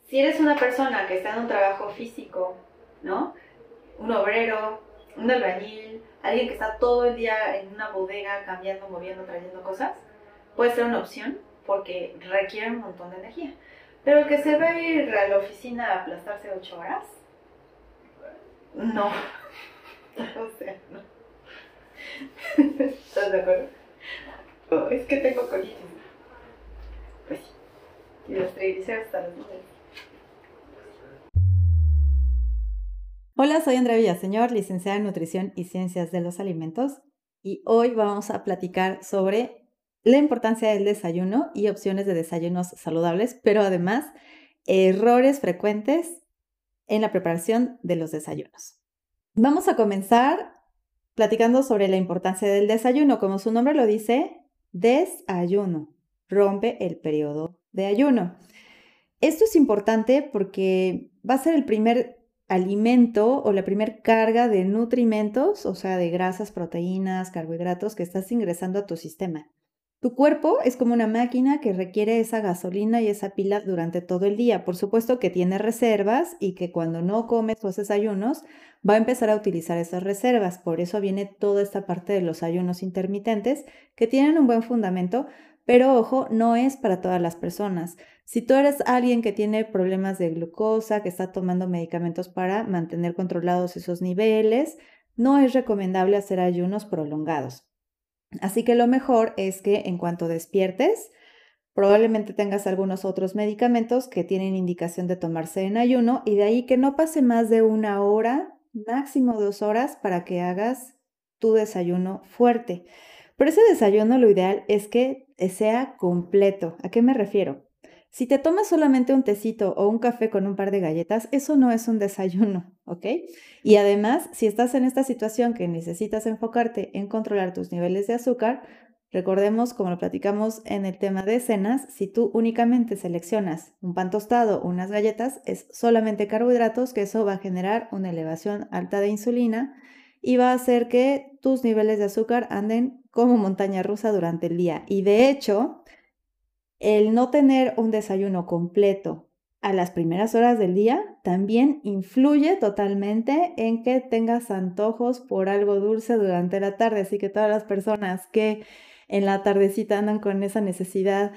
Si eres una persona que está en un trabajo físico, ¿no? Un obrero, un albañil, alguien que está todo el día en una bodega cambiando, moviendo, trayendo cosas, puede ser una opción porque requiere un montón de energía. Pero el que se va a ir a la oficina a aplastarse 8 horas, no. O sea, no. ¿Estás de acuerdo? Oh, es que tengo colitis. Pues sí. Y los triglicéridos hasta los niveles. Hola, soy Andrea Villaseñor, licenciada en Nutrición y Ciencias de los Alimentos, y hoy vamos a platicar sobre la importancia del desayuno y opciones de desayunos saludables, pero además errores frecuentes en la preparación de los desayunos. Vamos a comenzar platicando sobre la importancia del desayuno. Como su nombre lo dice, desayuno, rompe el periodo de ayuno. Esto es importante porque va a ser el primer alimento o la primer carga de nutrimentos, o sea, de grasas, proteínas, carbohidratos que estás ingresando a tu sistema. Tu cuerpo es como una máquina que requiere esa gasolina y esa pila durante todo el día. Por supuesto que tiene reservas y que cuando no comes o haces ayunos, va a empezar a utilizar esas reservas. Por eso viene toda esta parte de los ayunos intermitentes que tienen un buen fundamento, pero ojo, no es para todas las personas. Si tú eres alguien que tiene problemas de glucosa, que está tomando medicamentos para mantener controlados esos niveles, no es recomendable hacer ayunos prolongados. Así que lo mejor es que en cuanto despiertes, probablemente tengas algunos otros medicamentos que tienen indicación de tomarse en ayuno y de ahí que no pase más de 1 hora, máximo 2 horas para que hagas tu desayuno fuerte. Pero ese desayuno lo ideal es que sea completo. ¿A qué me refiero? Si te tomas solamente un tecito o un café con un par de galletas, eso no es un desayuno, ¿ok? Y además, si estás en esta situación que necesitas enfocarte en controlar tus niveles de azúcar, recordemos, como lo platicamos en el tema de cenas, si tú únicamente seleccionas un pan tostado o unas galletas, es solamente carbohidratos, que eso va a generar una elevación alta de insulina y va a hacer que tus niveles de azúcar anden como montaña rusa durante el día. Y de hecho, el no tener un desayuno completo a las primeras horas del día también influye totalmente en que tengas antojos por algo dulce durante la tarde. Así que todas las personas que en la tardecita andan con esa necesidad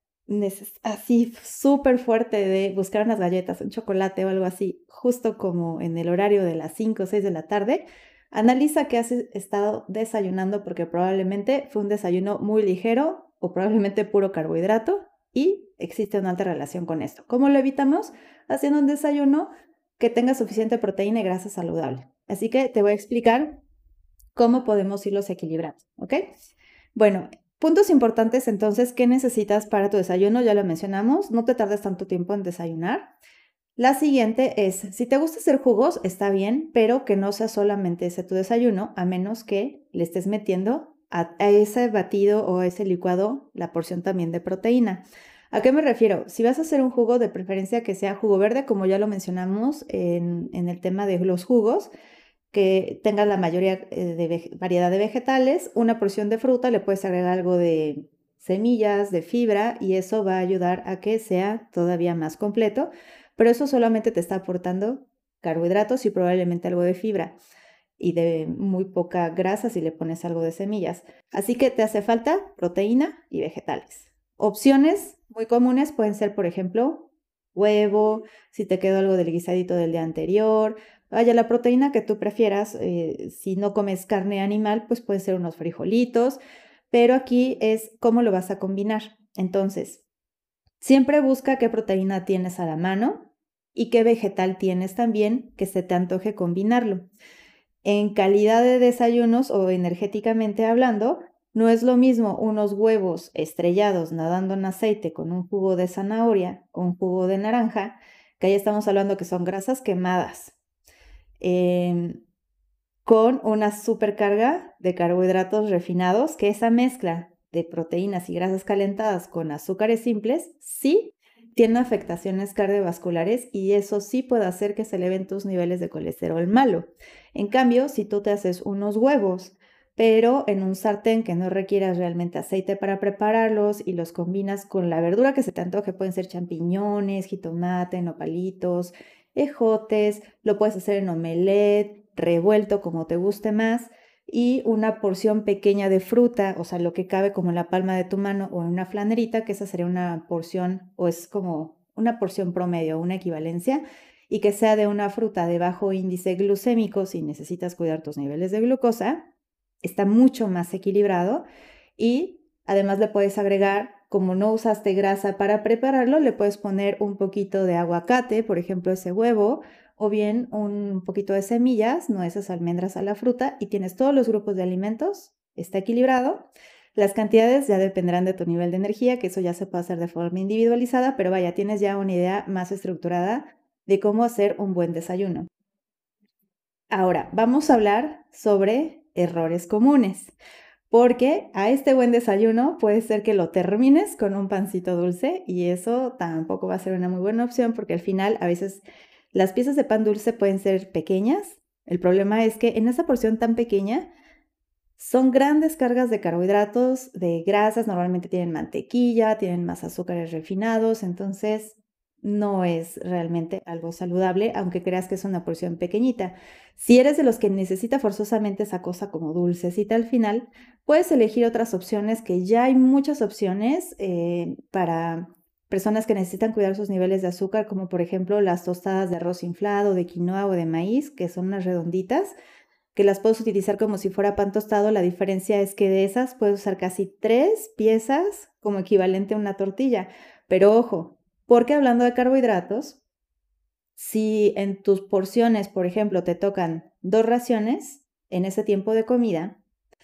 así súper fuerte de buscar unas galletas, un chocolate o algo así, justo como en el horario de las 5 o 6 de la tarde, analiza qué has estado desayunando porque probablemente fue un desayuno muy ligero o probablemente puro carbohidrato y existe una alta relación con esto. ¿Cómo lo evitamos? Haciendo un desayuno que tenga suficiente proteína y grasa saludable. Así que te voy a explicar cómo podemos irlos equilibrando, ¿ok? Bueno, puntos importantes entonces, ¿qué necesitas para tu desayuno? Ya lo mencionamos, no te tardes tanto tiempo en desayunar. La siguiente es, si te gusta hacer jugos, está bien, pero que no sea solamente ese tu desayuno, a menos que le estés metiendo a ese batido o a ese licuado la porción también de proteína. ¿A qué me refiero? Si vas a hacer un jugo, de preferencia que sea jugo verde, como ya lo mencionamos en el tema de los jugos, que tenga la mayoría de variedad de vegetales, una porción de fruta, le puedes agregar algo de semillas, de fibra, y eso va a ayudar a que sea todavía más completo, pero eso solamente te está aportando carbohidratos y probablemente algo de fibra y de muy poca grasa si le pones algo de semillas. Así que te hace falta proteína y vegetales. Opciones muy comunes pueden ser, por ejemplo, huevo, si te quedó algo del guisadito del día anterior. Vaya, la proteína que tú prefieras, si no comes carne animal, pues pueden ser unos frijolitos, pero aquí es cómo lo vas a combinar. Entonces, siempre busca qué proteína tienes a la mano y qué vegetal tienes también que se te antoje combinarlo. En calidad de desayunos o energéticamente hablando, no es lo mismo unos huevos estrellados nadando en aceite con un jugo de zanahoria o un jugo de naranja, que ahí estamos hablando que son grasas quemadas, em, con una supercarga de carbohidratos refinados, que esa mezcla de proteínas y grasas calentadas con azúcares simples sí tiene afectaciones cardiovasculares y eso sí puede hacer que se eleven tus niveles de colesterol malo. En cambio, si tú te haces unos huevos pero en un sartén que no requieras realmente aceite para prepararlos y los combinas con la verdura que se te antoje, pueden ser champiñones, jitomate, nopalitos, ejotes, lo puedes hacer en omelette, revuelto como te guste más, y una porción pequeña de fruta, o sea, lo que cabe como en la palma de tu mano o en una flanerita, que esa sería una porción o es como una porción promedio, una equivalencia, y que sea de una fruta de bajo índice glucémico si necesitas cuidar tus niveles de glucosa, está mucho más equilibrado y además le puedes agregar, como no usaste grasa para prepararlo, le puedes poner un poquito de aguacate, por ejemplo ese huevo, o bien un poquito de semillas, nueces, almendras a la fruta y tienes todos los grupos de alimentos, está equilibrado. Las cantidades ya dependerán de tu nivel de energía, que eso ya se puede hacer de forma individualizada, pero vaya, tienes ya una idea más estructurada de cómo hacer un buen desayuno. Ahora, vamos a hablar sobre errores comunes, porque a este buen desayuno puede ser que lo termines con un pancito dulce y eso tampoco va a ser una muy buena opción porque al final a veces las piezas de pan dulce pueden ser pequeñas. El problema es que en esa porción tan pequeña son grandes cargas de carbohidratos, de grasas, normalmente tienen mantequilla, tienen más azúcares refinados, entonces no es realmente algo saludable, aunque creas que es una porción pequeñita. Si eres de los que necesita forzosamente esa cosa como dulcecita al final, puedes elegir otras opciones, que ya hay muchas opciones para personas que necesitan cuidar sus niveles de azúcar, como por ejemplo las tostadas de arroz inflado, de quinoa o de maíz, que son unas redonditas que las puedes utilizar como si fuera pan tostado. La diferencia es que de esas puedes usar casi 3 piezas como equivalente a una tortilla. Pero ojo, porque hablando de carbohidratos, si en tus porciones, por ejemplo, te tocan 2 raciones en ese tiempo de comida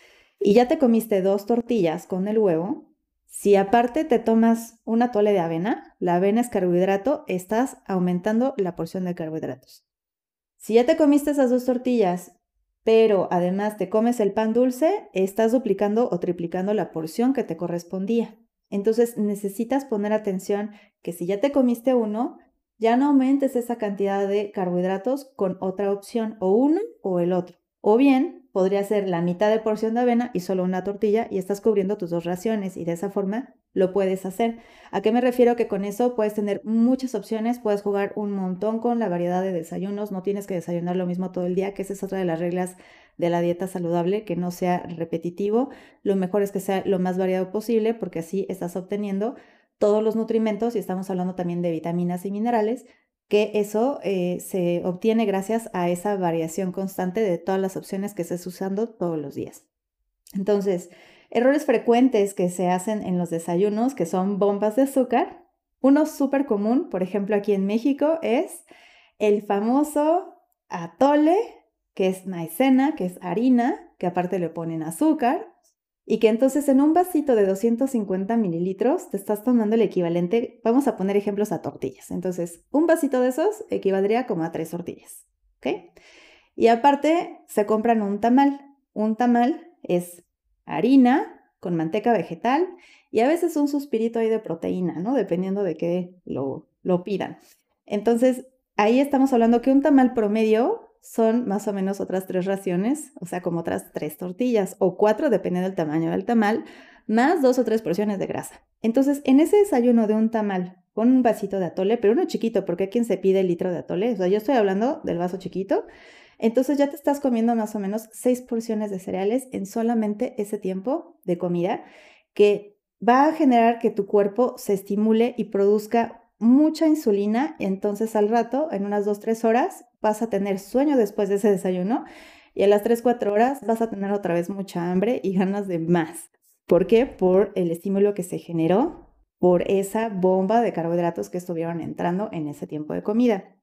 y ya te comiste 2 tortillas con el huevo, si aparte te tomas un atole de avena, la avena es carbohidrato, estás aumentando la porción de carbohidratos. Si ya te comiste esas 2 tortillas, pero además te comes el pan dulce, estás duplicando o triplicando la porción que te correspondía. Entonces necesitas poner atención que si ya te comiste uno, ya no aumentes esa cantidad de carbohidratos con otra opción, o uno o el otro. O bien podría ser la mitad de porción de avena y solo una tortilla y estás cubriendo tus 2 raciones y de esa forma lo puedes hacer. ¿A qué me refiero? Que con eso puedes tener muchas opciones, puedes jugar un montón con la variedad de desayunos, no tienes que desayunar lo mismo todo el día, que esa es otra de las reglas de la dieta saludable, que no sea repetitivo. Lo mejor es que sea lo más variado posible porque así estás obteniendo todos los nutrimentos y estamos hablando también de vitaminas y minerales, que eso se obtiene gracias a esa variación constante de todas las opciones que estés usando todos los días. Entonces, errores frecuentes que se hacen en los desayunos, que son bombas de azúcar. Uno súper común, por ejemplo, aquí en México, es el famoso atole, que es maicena, que es harina, que aparte le ponen azúcar, y que entonces en un vasito de 250 mililitros te estás tomando el equivalente, vamos a poner ejemplos a tortillas. Entonces, un vasito de esos equivaldría como a 3 tortillas, ¿ok? Y aparte se compran un tamal. Un tamal es harina con manteca vegetal y a veces un suspirito ahí de proteína, ¿no? Dependiendo de qué lo pidan. Entonces, ahí estamos hablando que un tamal promedio son más o menos otras 3 raciones, o sea, como otras 3 tortillas o 4, dependiendo del tamaño del tamal, más 2 o 3 porciones de grasa. Entonces, en ese desayuno de un tamal con un vasito de atole, pero uno chiquito, porque hay quien se pide el litro de atole, o sea, yo estoy hablando del vaso chiquito, entonces ya te estás comiendo más o menos 6 porciones de cereales en solamente ese tiempo de comida, que va a generar que tu cuerpo se estimule y produzca mucha insulina. Entonces al rato, en unas 2, 3 horas, vas a tener sueño después de ese desayuno y a las 3, 4 horas vas a tener otra vez mucha hambre y ganas de más. ¿Por qué? Por el estímulo que se generó por esa bomba de carbohidratos que estuvieron entrando en ese tiempo de comida.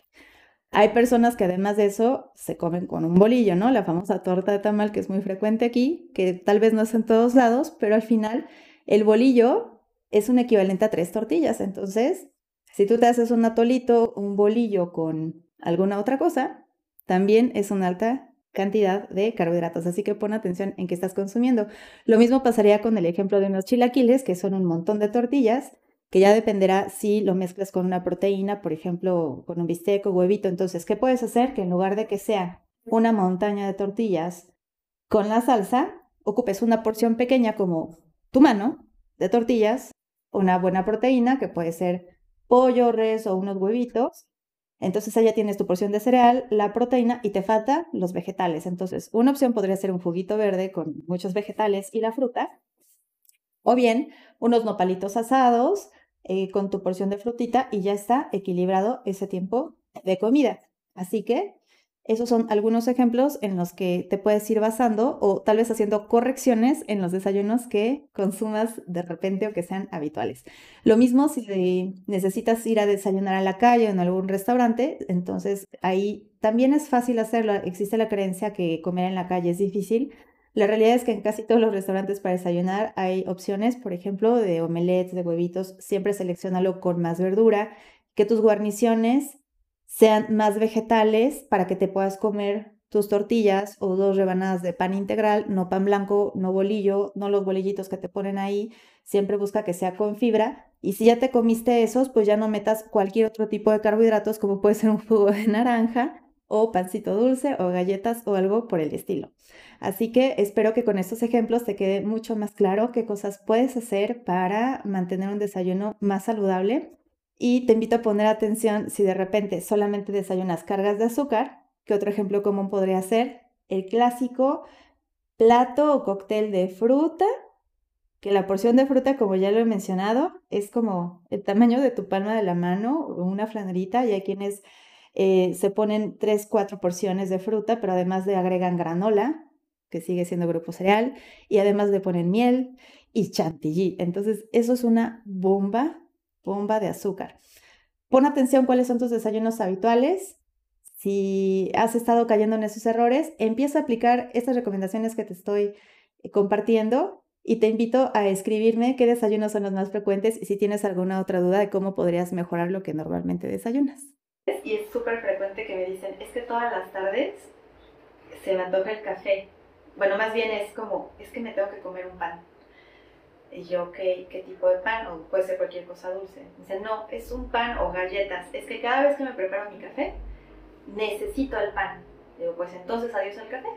Hay personas que además de eso se comen con un bolillo, ¿no? La famosa torta de tamal, que es muy frecuente aquí, que tal vez no es en todos lados, pero al final el bolillo es un equivalente a 3 tortillas. Entonces, si tú te haces un atolito, un bolillo con alguna otra cosa, también es una alta cantidad de carbohidratos, así que pon atención en qué estás consumiendo. Lo mismo pasaría con el ejemplo de unos chilaquiles, que son un montón de tortillas, que ya dependerá si lo mezclas con una proteína, por ejemplo, con un bistec o huevito. Entonces, ¿qué puedes hacer? Que en lugar de que sea una montaña de tortillas con la salsa ocupes una porción pequeña como tu mano de tortillas, una buena proteína que puede ser pollo, res o unos huevitos. Entonces ahí ya tienes tu porción de cereal, la proteína y te falta los vegetales. Entonces una opción podría ser un juguito verde con muchos vegetales y la fruta, o bien unos nopalitos asados con tu porción de frutita y ya está equilibrado ese tiempo de comida. Así que esos son algunos ejemplos en los que te puedes ir basando o tal vez haciendo correcciones en los desayunos que consumas de repente o que sean habituales. Lo mismo si necesitas ir a desayunar a la calle o en algún restaurante, entonces ahí también es fácil hacerlo. Existe la creencia que comer en la calle es difícil. La realidad es que en casi todos los restaurantes para desayunar hay opciones, por ejemplo, de omelets, de huevitos. Siempre selecciónalo con más verdura, que tus guarniciones sean más vegetales para que te puedas comer tus tortillas o 2 rebanadas de pan integral, no pan blanco, no bolillo, no los bolillitos que te ponen ahí. Siempre busca que sea con fibra. Y si ya te comiste esos, pues ya no metas cualquier otro tipo de carbohidratos, como puede ser un jugo de naranja o pancito dulce o galletas o algo por el estilo. Así que espero que con estos ejemplos te quede mucho más claro qué cosas puedes hacer para mantener un desayuno más saludable. Y te invito a poner atención si de repente solamente desayunas cargas de azúcar, que otro ejemplo común podría ser el clásico plato o cóctel de fruta, que la porción de fruta, como ya lo he mencionado, es como el tamaño de tu palma de la mano o una flanerita, y hay quienes se ponen 3, 4 porciones de fruta, pero además le agregan granola, que sigue siendo grupo cereal, y además le ponen miel y chantilly. Entonces, eso es una bomba de azúcar. Pon atención cuáles son tus desayunos habituales. Si has estado cayendo en esos errores, empieza a aplicar estas recomendaciones que te estoy compartiendo y te invito a escribirme qué desayunos son los más frecuentes y si tienes alguna otra duda de cómo podrías mejorar lo que normalmente desayunas. Y es súper frecuente que me dicen, es que todas las tardes se me antoja el café. Bueno, más bien es como, es que me tengo que comer un pan. Y yo, ¿qué tipo de pan? O puede ser cualquier cosa dulce. Me dicen, no, es un pan o galletas. Es que cada vez que me preparo mi café, necesito el pan. Digo, pues entonces adiós al café.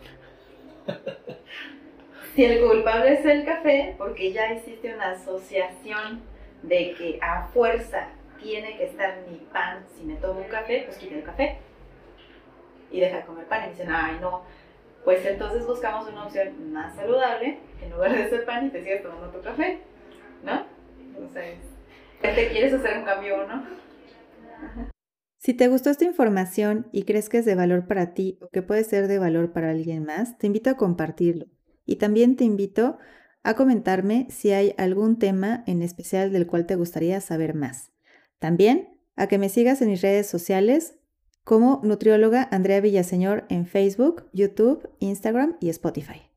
Si el culpable es el café, porque ya existe una asociación de que a fuerza tiene que estar mi pan si me tomo un café, pues quita el café y deja de comer pan. Y dicen, ay no, pues entonces buscamos una opción más saludable en lugar de ese pan y te sigues tomando tu café, ¿no? Entonces, ¿te quieres hacer un cambio o no? Si te gustó esta información y crees que es de valor para ti o que puede ser de valor para alguien más, te invito a compartirlo. Y también te invito a comentarme si hay algún tema en especial del cual te gustaría saber más. También a que me sigas en mis redes sociales como nutrióloga Andrea Villaseñor en Facebook, YouTube, Instagram y Spotify.